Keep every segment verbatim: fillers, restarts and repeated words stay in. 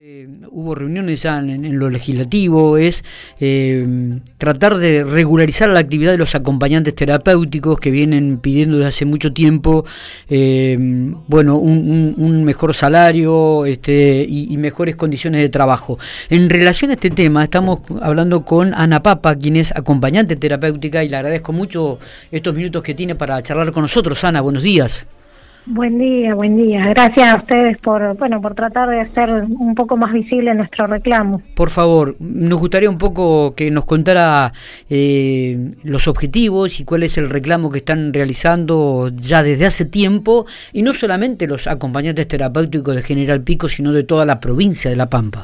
Eh, hubo reuniones ya en, en lo legislativo, es eh, tratar de regularizar la actividad de los acompañantes terapéuticos que vienen pidiendo desde hace mucho tiempo, eh, bueno, un, un, un mejor salario este, y, y mejores condiciones de trabajo. En relación a este tema, estamos hablando con Ana Papa, quien es acompañante terapéutica, y le agradezco mucho estos minutos que tiene para charlar con nosotros. Ana, buenos días. Buen día, buen día. Gracias a ustedes por, bueno, por tratar de hacer un poco más visible nuestro reclamo. Por favor, nos gustaría un poco que nos contara eh, los objetivos y cuál es el reclamo que están realizando ya desde hace tiempo, y no solamente los acompañantes terapéuticos de General Pico, sino de toda la provincia de La Pampa.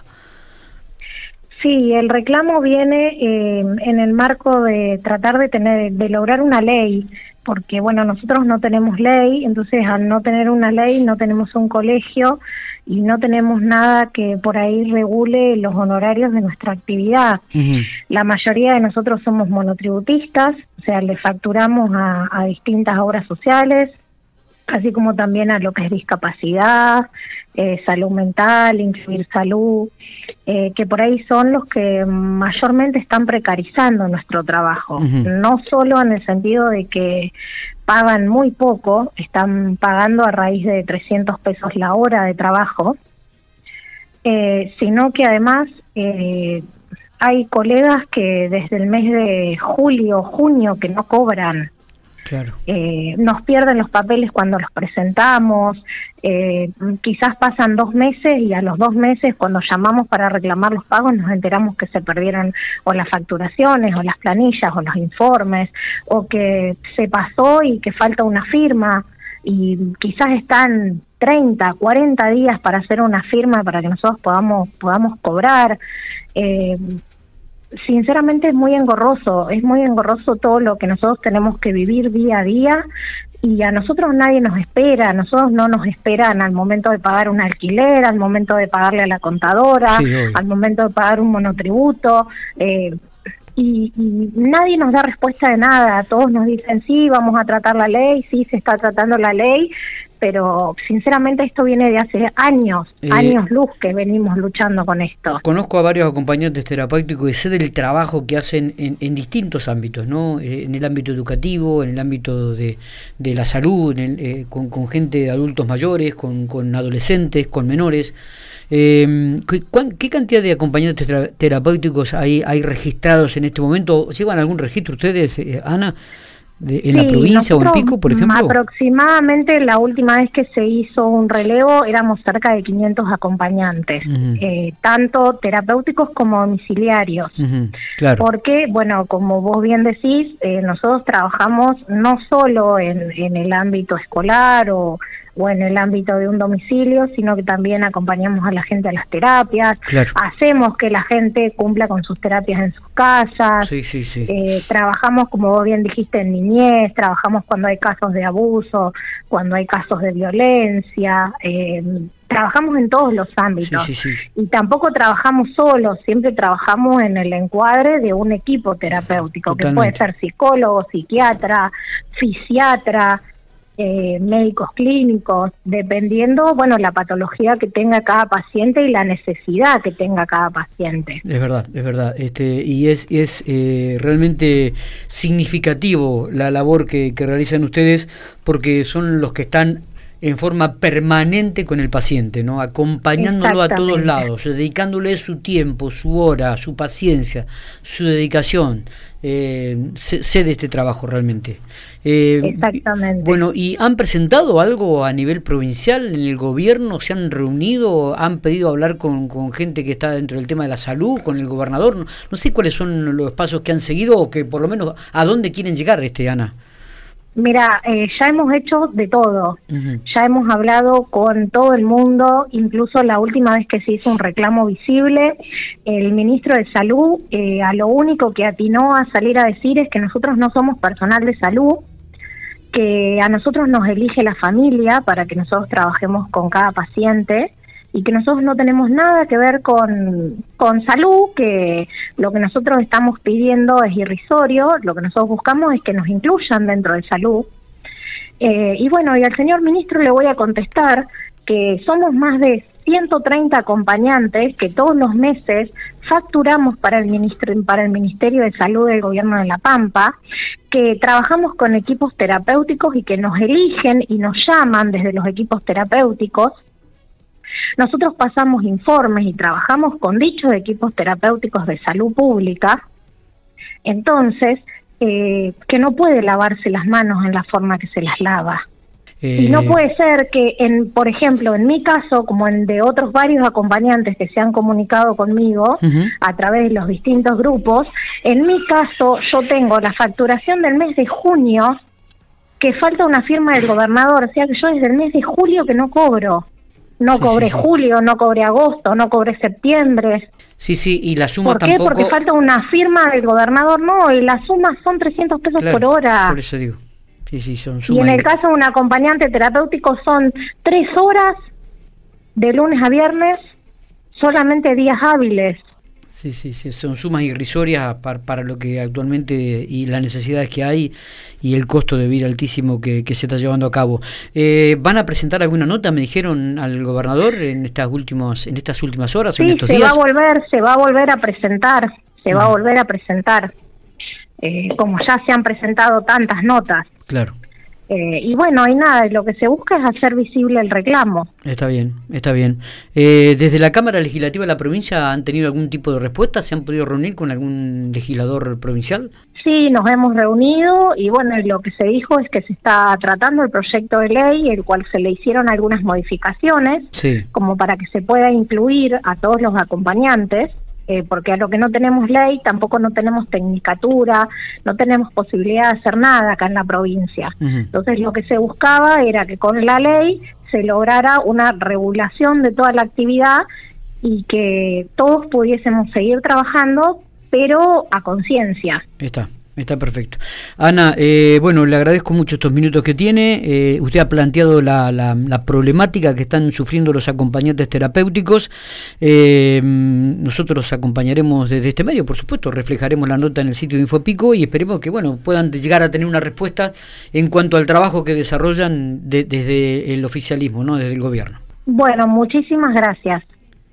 Sí, el reclamo viene eh, en el marco de tratar de tener, de lograr una ley, porque bueno, nosotros no tenemos ley, entonces al no tener una ley no tenemos un colegio y no tenemos nada que por ahí regule los honorarios de nuestra actividad. Uh-huh. La mayoría de nosotros somos monotributistas, o sea, le facturamos a, a distintas obras sociales, así como también a lo que es discapacidad, eh, salud mental, incluir salud, eh, que por ahí son los que mayormente están precarizando nuestro trabajo. Uh-huh. No solo en el sentido de que pagan muy poco, están pagando a raíz de trescientos pesos la hora de trabajo, eh, sino que además eh, hay colegas que desde el mes de julio, junio, que no cobran. Claro. Eh, nos pierden los papeles cuando los presentamos, eh, quizás pasan dos meses y a los dos meses cuando llamamos para reclamar los pagos nos enteramos que se perdieron o las facturaciones o las planillas o los informes, o que se pasó y que falta una firma y quizás están treinta, cuarenta días para hacer una firma para que nosotros podamos, podamos cobrar. Eh, Sinceramente es muy engorroso, es muy engorroso todo lo que nosotros tenemos que vivir día a día, y a nosotros nadie nos espera, a nosotros no nos esperan al momento de pagar un alquiler, al momento de pagarle a la contadora, sí, al momento de pagar un monotributo, eh, y, y nadie nos da respuesta de nada. Todos nos dicen sí, vamos a tratar la ley, sí, se está tratando la ley, pero sinceramente esto viene de hace años, eh, años luz que venimos luchando con esto. Conozco a varios acompañantes terapéuticos y sé del trabajo que hacen en, en distintos ámbitos, ¿no? Eh, en el ámbito educativo, en el ámbito de, de la salud, en el, eh, con, con gente de adultos mayores, con, con adolescentes, con menores. Eh, ¿qué, ¿Qué cantidad de acompañantes tera, terapéuticos hay, hay registrados en este momento? ¿Llevan algún registro ustedes, eh, Ana? De, ¿En sí, la provincia o en Pico, por ejemplo? Aproximadamente la última vez que se hizo un relevo éramos cerca de quinientos acompañantes, uh-huh. eh, tanto terapéuticos como domiciliarios. Uh-huh. Claro. Porque, bueno, como vos bien decís, eh, nosotros trabajamos no solo en, en el ámbito escolar o, o en el ámbito de un domicilio, sino que también acompañamos a la gente a las terapias, claro. Hacemos que la gente cumpla con sus terapias en sus casas, sí, sí, sí. Eh, trabajamos, como vos bien dijiste, en niñez, trabajamos cuando hay casos de abuso, cuando hay casos de violencia, eh, trabajamos en todos los ámbitos, sí, sí, sí. Y tampoco trabajamos solos, siempre trabajamos en el encuadre de un equipo terapéutico, totalmente. Que puede ser psicólogo, psiquiatra, fisiatra, Eh, médicos clínicos, dependiendo, bueno, la patología que tenga cada paciente y la necesidad que tenga cada paciente. Es verdad, es verdad, este, y es, es eh, realmente significativo la labor que, que realizan ustedes, porque son los que están en forma permanente con el paciente, ¿no? Acompañándolo a todos lados, dedicándole su tiempo, su hora, su paciencia, su dedicación. Eh, sé, sé de este trabajo realmente. Eh, Exactamente. Bueno, ¿y han presentado algo a nivel provincial en el gobierno? ¿Se han reunido? ¿Han pedido hablar con, con gente que está dentro del tema de la salud, con el gobernador? No, no sé cuáles son los pasos que han seguido, o que por lo menos a dónde quieren llegar, este Ana. Mira, eh, ya hemos hecho de todo, uh-huh. Ya hemos hablado con todo el mundo, incluso la última vez que se hizo un reclamo visible, el ministro de Salud eh, a lo único que atinó a salir a decir es que nosotros no somos personal de salud, que a nosotros nos elige la familia para que nosotros trabajemos con cada paciente, y que nosotros no tenemos nada que ver con, con salud, que lo que nosotros estamos pidiendo es irrisorio, lo que nosotros buscamos es que nos incluyan dentro de salud. Eh, y bueno, y al señor ministro le voy a contestar que somos más de ciento treinta acompañantes que todos los meses facturamos para el, ministro, para el Ministerio de Salud del Gobierno de La Pampa, que trabajamos con equipos terapéuticos y que nos eligen y nos llaman desde los equipos terapéuticos. Nosotros pasamos informes y trabajamos con dichos equipos terapéuticos de salud pública, entonces, eh, que no puede lavarse las manos en la forma que se las lava. Eh... Y no puede ser que, en, por ejemplo, en mi caso, como en de otros varios acompañantes que se han comunicado conmigo uh-huh. a través de los distintos grupos, en mi caso yo tengo la facturación del mes de junio, que falta una firma del gobernador, o sea que yo desde el mes de julio que no cobro. No sí, cobré sí, sí. julio, no cobré agosto, no cobré septiembre. Sí, sí, y la suma ¿Por qué? tampoco... Porque falta una firma del gobernador, no, y la suma son trescientos pesos claro, por hora. Por eso digo. Sí, sí, son y en el caso de un acompañante terapéutico son tres horas de lunes a viernes, solamente días hábiles. Sí, sí, sí, son sumas irrisorias para, para lo que actualmente y las necesidades que hay y el costo de vida altísimo que, que se está llevando a cabo. Eh, ¿Van a presentar alguna nota, me dijeron, al gobernador en estas últimas en estas últimas horas sí, o en estos se días? va a volver, se va a volver a presentar, se uh-huh. va a volver a presentar, eh, como ya se han presentado tantas notas. Claro. Eh, y bueno, y nada, lo que se busca es hacer visible el reclamo. Está bien, está bien. Eh, ¿Desde la Cámara Legislativa de la provincia han tenido algún tipo de respuesta? ¿Se han podido reunir con algún legislador provincial? Sí, nos hemos reunido y bueno, lo que se dijo es que se está tratando el proyecto de ley, el cual se le hicieron algunas modificaciones, sí. como para que se pueda incluir a todos los acompañantes. Eh, porque a lo que no tenemos ley, tampoco no tenemos tecnicatura, no tenemos posibilidad de hacer nada acá en la provincia. Uh-huh. Entonces lo que se buscaba era que con la ley se lograra una regulación de toda la actividad y que todos pudiésemos seguir trabajando, pero a conciencia. Está. Está perfecto. Ana, eh, bueno, le agradezco mucho estos minutos que tiene. Eh, usted ha planteado la, la, la problemática que están sufriendo los acompañantes terapéuticos. Eh, nosotros los acompañaremos desde este medio, por supuesto, reflejaremos la nota en el sitio de Infopico y esperemos que bueno puedan llegar a tener una respuesta en cuanto al trabajo que desarrollan de, desde el oficialismo, ¿no? Desde el gobierno. Bueno, muchísimas gracias.